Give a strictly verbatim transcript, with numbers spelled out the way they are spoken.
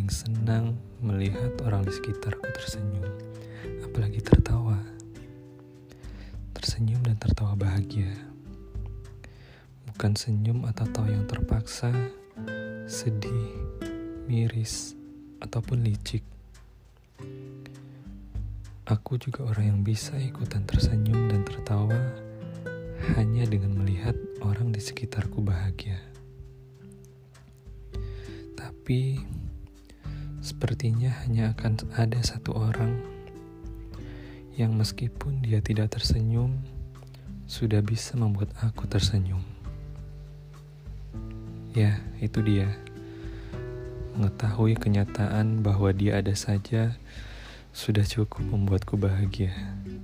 paling senang melihat orang di sekitarku tersenyum, apalagi tertawa. Tersenyum dan tertawa bahagia. Bukan senyum atau tawa yang terpaksa, sedih, miris, ataupun licik. Aku juga orang yang bisa ikutan tersenyum dan tertawa hanya dengan melihat orang di sekitarku bahagia. Tapi sepertinya hanya akan ada satu orang yang meskipun dia tidak tersenyum, sudah bisa membuat aku tersenyum. Ya, itu dia. Mengetahui kenyataan bahwa dia ada saja sudah cukup membuatku bahagia.